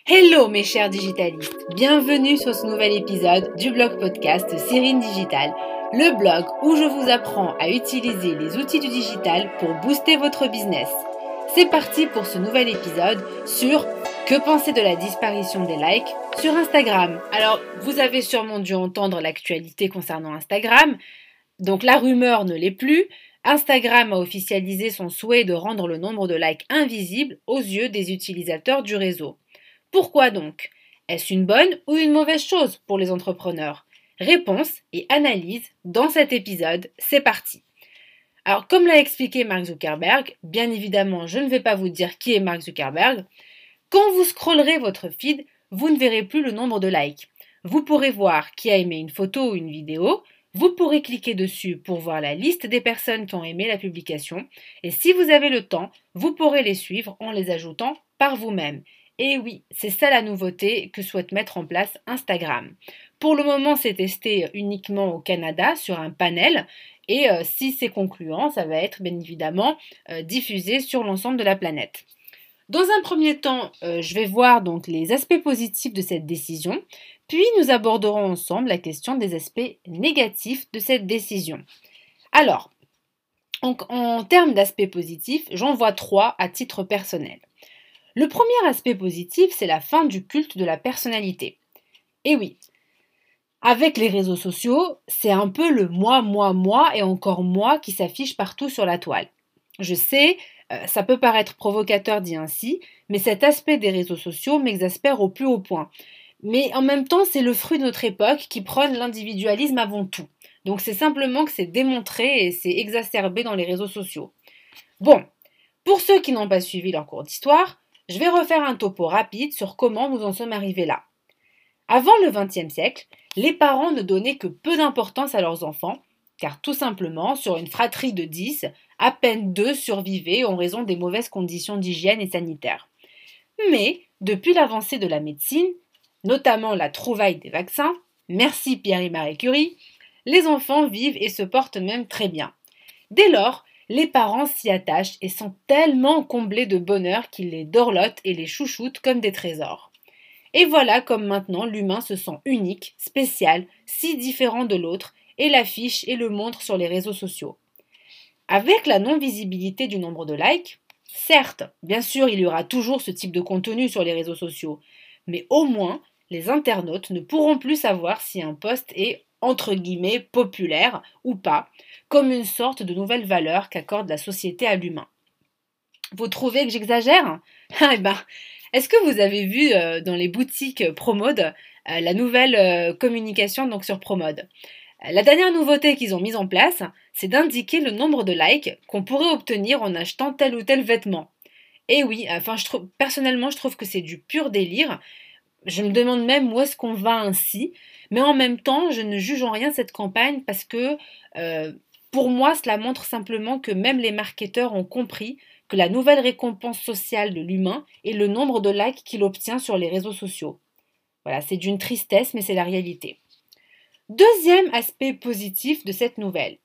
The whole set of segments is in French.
Hello mes chers digitalistes, bienvenue sur ce nouvel épisode du blog podcast Cyrine Digital, le blog où je vous apprends à utiliser les outils du digital pour booster votre business. C'est parti pour ce nouvel épisode sur que penser de la disparition des likes sur Instagram. Alors, vous avez sûrement dû entendre l'actualité concernant Instagram, donc la rumeur ne l'est plus. Instagram a officialisé son souhait de rendre le nombre de likes invisible aux yeux des utilisateurs du réseau. Pourquoi donc? Est-ce une bonne ou une mauvaise chose pour les entrepreneurs? Réponse et analyse dans cet épisode, c'est parti. Alors comme l'a expliqué Mark Zuckerberg, bien évidemment je ne vais pas vous dire qui est Mark Zuckerberg, quand vous scrollerez votre feed, vous ne verrez plus le nombre de likes. Vous pourrez voir qui a aimé une photo ou une vidéo, vous pourrez cliquer dessus pour voir la liste des personnes qui ont aimé la publication, et si vous avez le temps, vous pourrez les suivre en les ajoutant par vous-même. Et oui, c'est ça la nouveauté que souhaite mettre en place Instagram. Pour le moment, c'est testé uniquement au Canada sur un panel et si c'est concluant, ça va être bien évidemment diffusé sur l'ensemble de la planète. Dans un premier temps, je vais voir donc les aspects positifs de cette décision, puis nous aborderons ensemble la question des aspects négatifs de cette décision. Alors, en termes d'aspects positifs, j'en vois trois à titre personnel. Le premier aspect positif, c'est la fin du culte de la personnalité. Et oui, avec les réseaux sociaux, c'est un peu le moi et encore moi qui s'affiche partout sur la toile. Je sais, ça peut paraître provocateur dit ainsi, mais cet aspect des réseaux sociaux m'exaspère au plus haut point. Mais en même temps, c'est le fruit de notre époque qui prône l'individualisme avant tout. Donc c'est simplement que c'est démontré et c'est exacerbé dans les réseaux sociaux. Bon, pour ceux qui n'ont pas suivi leur cours d'histoire, je vais refaire un topo rapide sur comment nous en sommes arrivés là. Avant le XXe siècle, les parents ne donnaient que peu d'importance à leurs enfants, car tout simplement, sur une fratrie de 10, à peine 2 survivaient en raison des mauvaises conditions d'hygiène et sanitaires. Mais, depuis l'avancée de la médecine, notamment la trouvaille des vaccins, merci Pierre et Marie Curie, les enfants vivent et se portent même très bien. Dès lors, les parents s'y attachent et sont tellement comblés de bonheur qu'ils les dorlotent et les chouchoutent comme des trésors. Et voilà comme maintenant l'humain se sent unique, spécial, si différent de l'autre, et l'affiche et le montre sur les réseaux sociaux. Avec la non-visibilité du nombre de likes, certes, bien sûr, il y aura toujours ce type de contenu sur les réseaux sociaux, mais au moins, les internautes ne pourront plus savoir si un post est entre guillemets populaire ou pas, comme une sorte de nouvelle valeur qu'accorde la société à l'humain. Vous trouvez que j'exagère? Eh ben, est-ce que vous avez vu dans les boutiques Promode la nouvelle communication donc sur Promode? La dernière nouveauté qu'ils ont mise en place, c'est d'indiquer le nombre de likes qu'on pourrait obtenir en achetant tel ou tel vêtement. Et oui, enfin, personnellement, je trouve que c'est du pur délire. Je me demande même où est-ce qu'on va ainsi, mais en même temps, je ne juge en rien cette campagne parce que pour moi, cela montre simplement que même les marketeurs ont compris que la nouvelle récompense sociale de l'humain est le nombre de likes qu'il obtient sur les réseaux sociaux. Voilà, c'est d'une tristesse, mais c'est la réalité. Deuxième aspect positif de cette nouvelle,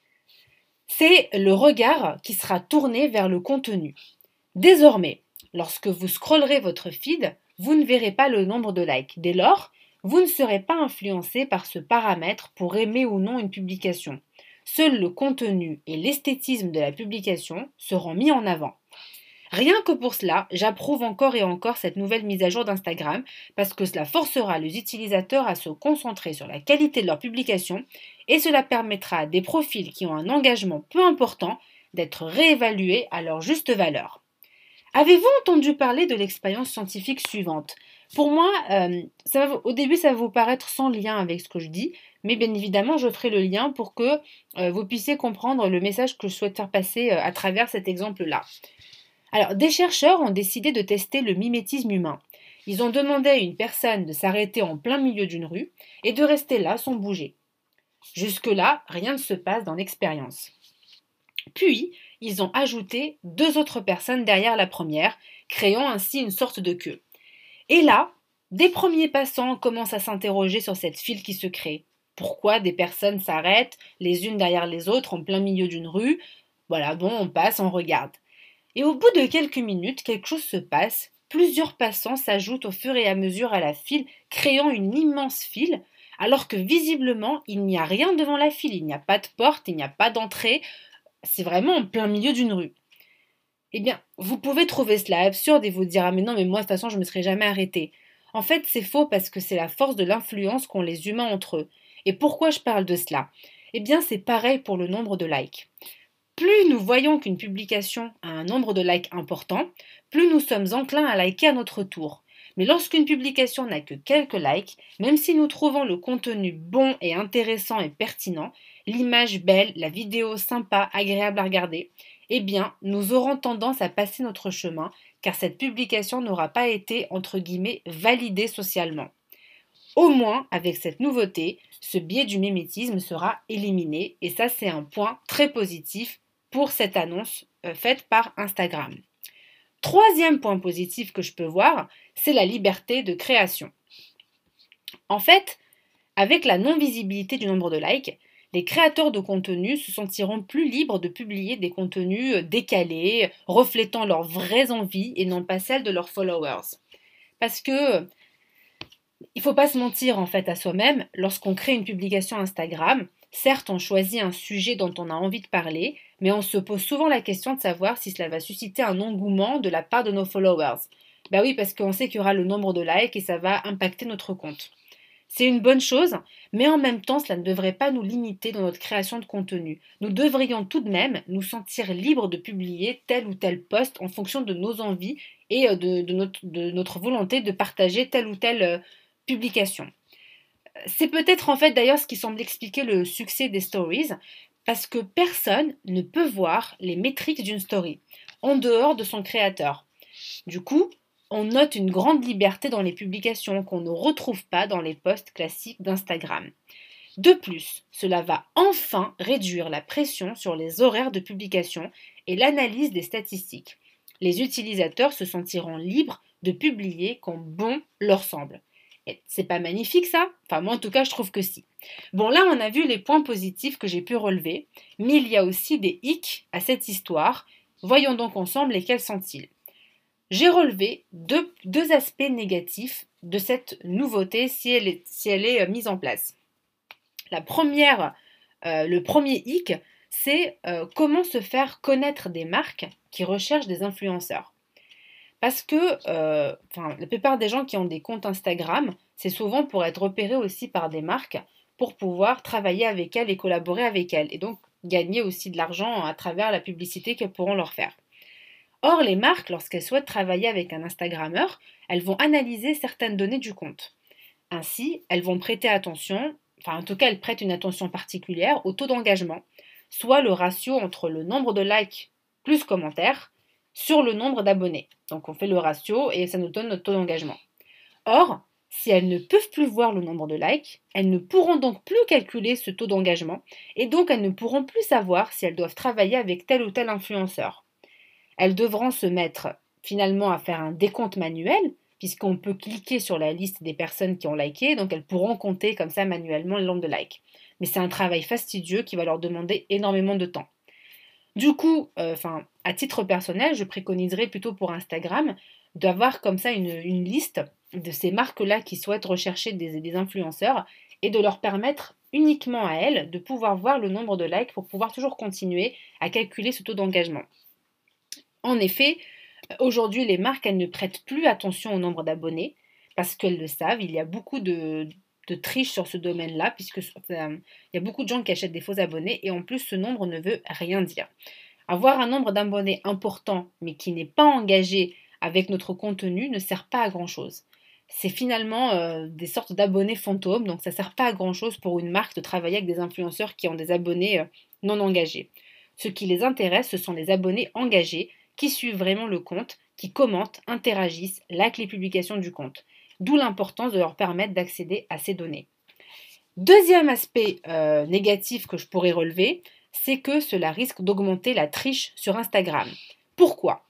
c'est le regard qui sera tourné vers le contenu. Désormais, lorsque vous scrollerez votre feed, vous ne verrez pas le nombre de likes. Dès lors, vous ne serez pas influencé par ce paramètre pour aimer ou non une publication. Seul le contenu et l'esthétisme de la publication seront mis en avant. Rien que pour cela, j'approuve encore et encore cette nouvelle mise à jour d'Instagram parce que cela forcera les utilisateurs à se concentrer sur la qualité de leur publication et cela permettra à des profils qui ont un engagement peu important d'être réévalués à leur juste valeur. Avez-vous entendu parler de l'expérience scientifique suivante? Pour moi, au début, ça va vous paraître sans lien avec ce que je dis, mais bien évidemment, je ferai le lien pour que vous puissiez comprendre le message que je souhaite faire passer à travers cet exemple-là. Alors, des chercheurs ont décidé de tester le mimétisme humain. Ils ont demandé à une personne de s'arrêter en plein milieu d'une rue et de rester là sans bouger. Jusque-là, rien ne se passe dans l'expérience. Puis, ils ont ajouté 2 autres personnes derrière la première, créant ainsi une sorte de queue. Et là, des premiers passants commencent à s'interroger sur cette file qui se crée. Pourquoi des personnes s'arrêtent les unes derrière les autres en plein milieu d'une rue? Voilà, bon, on passe, on regarde. Et au bout de quelques minutes, quelque chose se passe, plusieurs passants s'ajoutent au fur et à mesure à la file, créant une immense file, alors que visiblement, il n'y a rien devant la file, il n'y a pas de porte, il n'y a pas d'entrée, c'est vraiment en plein milieu d'une rue. Eh bien, vous pouvez trouver cela absurde et vous dire: ah mais non, mais moi de toute façon je ne me serais jamais arrêté. En fait, c'est faux parce que c'est la force de l'influence qu'ont les humains entre eux. Et pourquoi je parle de cela? Eh bien, c'est pareil pour le nombre de likes. Plus nous voyons qu'une publication a un nombre de likes important, plus nous sommes enclins à liker à notre tour. Mais lorsqu'une publication n'a que quelques likes, même si nous trouvons le contenu bon et intéressant et pertinent, l'image belle, la vidéo sympa, agréable à regarder, eh bien, nous aurons tendance à passer notre chemin, car cette publication n'aura pas été, entre guillemets, validée socialement. Au moins, avec cette nouveauté, ce biais du mimétisme sera éliminé, et ça, c'est un point très positif pour cette annonce faite par Instagram. Troisième point positif que je peux voir, c'est la liberté de création. En fait, avec la non-visibilité du nombre de likes, les créateurs de contenu se sentiront plus libres de publier des contenus décalés, reflétant leurs vraies envies et non pas celles de leurs followers. Parce que il ne faut pas se mentir en fait à soi-même, lorsqu'on crée une publication Instagram, certes on choisit un sujet dont on a envie de parler, mais on se pose souvent la question de savoir si cela va susciter un engouement de la part de nos followers. Bah oui, parce qu'on sait qu'il y aura le nombre de likes et ça va impacter notre compte. C'est une bonne chose, mais en même temps, cela ne devrait pas nous limiter dans notre création de contenu. Nous devrions tout de même nous sentir libres de publier tel ou tel post en fonction de nos envies et de notre volonté de partager telle ou telle publication. C'est peut-être en fait d'ailleurs ce qui semble expliquer le succès des stories, parce que personne ne peut voir les métriques d'une story, en dehors de son créateur. Du coup, on note une grande liberté dans les publications qu'on ne retrouve pas dans les posts classiques d'Instagram. De plus, cela va enfin réduire la pression sur les horaires de publication et l'analyse des statistiques. Les utilisateurs se sentiront libres de publier comme bon leur semble. Et c'est pas magnifique ça? Enfin moi en tout cas je trouve que si. Bon là on a vu les points positifs que j'ai pu relever, mais il y a aussi des hicks à cette histoire. Voyons donc ensemble lesquels sont-ils. J'ai relevé deux aspects négatifs de cette nouveauté si elle est mise en place. Le premier hic, c'est comment se faire connaître des marques qui recherchent des influenceurs. Parce que la plupart des gens qui ont des comptes Instagram, c'est souvent pour être repérés aussi par des marques pour pouvoir travailler avec elles et collaborer avec elles. Et donc gagner aussi de l'argent à travers la publicité qu'elles pourront leur faire. Or, les marques, lorsqu'elles souhaitent travailler avec un Instagrammeur, elles vont analyser certaines données du compte. Ainsi, elles vont prêter attention, enfin en tout cas elles prêtent une attention particulière au taux d'engagement, soit le ratio entre le nombre de likes plus commentaires sur le nombre d'abonnés. Donc on fait le ratio et ça nous donne notre taux d'engagement. Or, si elles ne peuvent plus voir le nombre de likes, elles ne pourront donc plus calculer ce taux d'engagement et donc elles ne pourront plus savoir si elles doivent travailler avec tel ou tel influenceur. Elles devront se mettre finalement à faire un décompte manuel, puisqu'on peut cliquer sur la liste des personnes qui ont liké, donc elles pourront compter comme ça manuellement le nombre de likes. Mais c'est un travail fastidieux qui va leur demander énormément de temps. Du coup, à titre personnel, je préconiserais plutôt pour Instagram d'avoir comme ça une liste de ces marques-là qui souhaitent rechercher des influenceurs et de leur permettre uniquement à elles de pouvoir voir le nombre de likes pour pouvoir toujours continuer à calculer ce taux d'engagement. En effet, aujourd'hui, les marques, elles ne prêtent plus attention au nombre d'abonnés parce qu'elles le savent. Il y a beaucoup de triche sur ce domaine-là, puisque il y a beaucoup de gens qui achètent des faux abonnés et en plus, ce nombre ne veut rien dire. Avoir un nombre d'abonnés important, mais qui n'est pas engagé avec notre contenu, ne sert pas à grand-chose. C'est finalement des sortes d'abonnés fantômes, donc ça ne sert pas à grand-chose pour une marque de travailler avec des influenceurs qui ont des abonnés non engagés. Ce qui les intéresse, ce sont les abonnés engagés qui suivent vraiment le compte, qui commentent, interagissent, likent les publications du compte. D'où l'importance de leur permettre d'accéder à ces données. Deuxième aspect négatif que je pourrais relever, c'est que cela risque d'augmenter la triche sur Instagram. Pourquoi?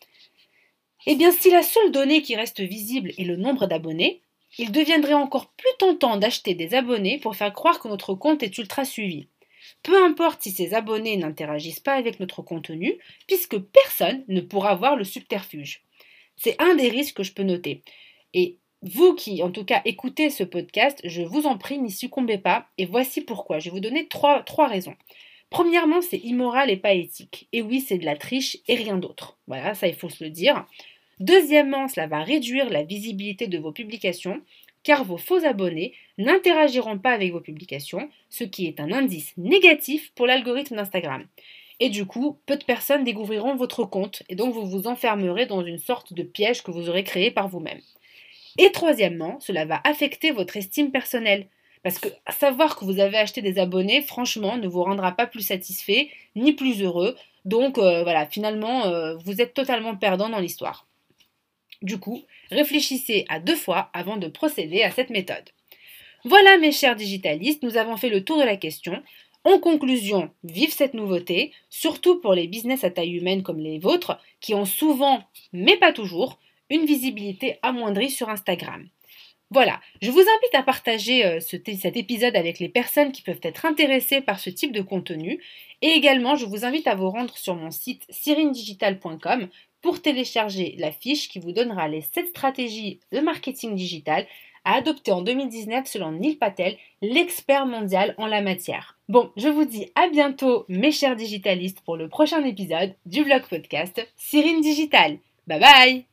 Eh bien, si la seule donnée qui reste visible est le nombre d'abonnés, il deviendrait encore plus tentant d'acheter des abonnés pour faire croire que notre compte est ultra suivi. Peu importe si ces abonnés n'interagissent pas avec notre contenu, puisque personne ne pourra voir le subterfuge. C'est un des risques que je peux noter. Et vous qui, en tout cas, écoutez ce podcast, je vous en prie, n'y succombez pas. Et voici pourquoi. Je vais vous donner trois raisons. Premièrement, c'est immoral et pas éthique. Et oui, c'est de la triche et rien d'autre. Voilà, ça, il faut se le dire. Deuxièmement, cela va réduire la visibilité de vos publications, car vos faux abonnés n'interagiront pas avec vos publications, ce qui est un indice négatif pour l'algorithme d'Instagram. Et du coup, peu de personnes découvriront votre compte, et donc vous vous enfermerez dans une sorte de piège que vous aurez créé par vous-même. Et troisièmement, cela va affecter votre estime personnelle. Parce que savoir que vous avez acheté des abonnés, franchement, ne vous rendra pas plus satisfait, ni plus heureux. Donc voilà, finalement, vous êtes totalement perdant dans l'histoire. Du coup, réfléchissez à 2 fois avant de procéder à cette méthode. Voilà mes chers digitalistes, nous avons fait le tour de la question. En conclusion, vive cette nouveauté, surtout pour les business à taille humaine comme les vôtres, qui ont souvent, mais pas toujours, une visibilité amoindrie sur Instagram. Voilà, je vous invite à partager cet épisode avec les personnes qui peuvent être intéressées par ce type de contenu. Et également, je vous invite à vous rendre sur mon site sirindigital.com pour télécharger la fiche qui vous donnera les 7 stratégies de marketing digital à adopter en 2019 selon Neil Patel, l'expert mondial en la matière. Bon, je vous dis à bientôt mes chers digitalistes pour le prochain épisode du blog podcast Cyrine Digital. Bye bye!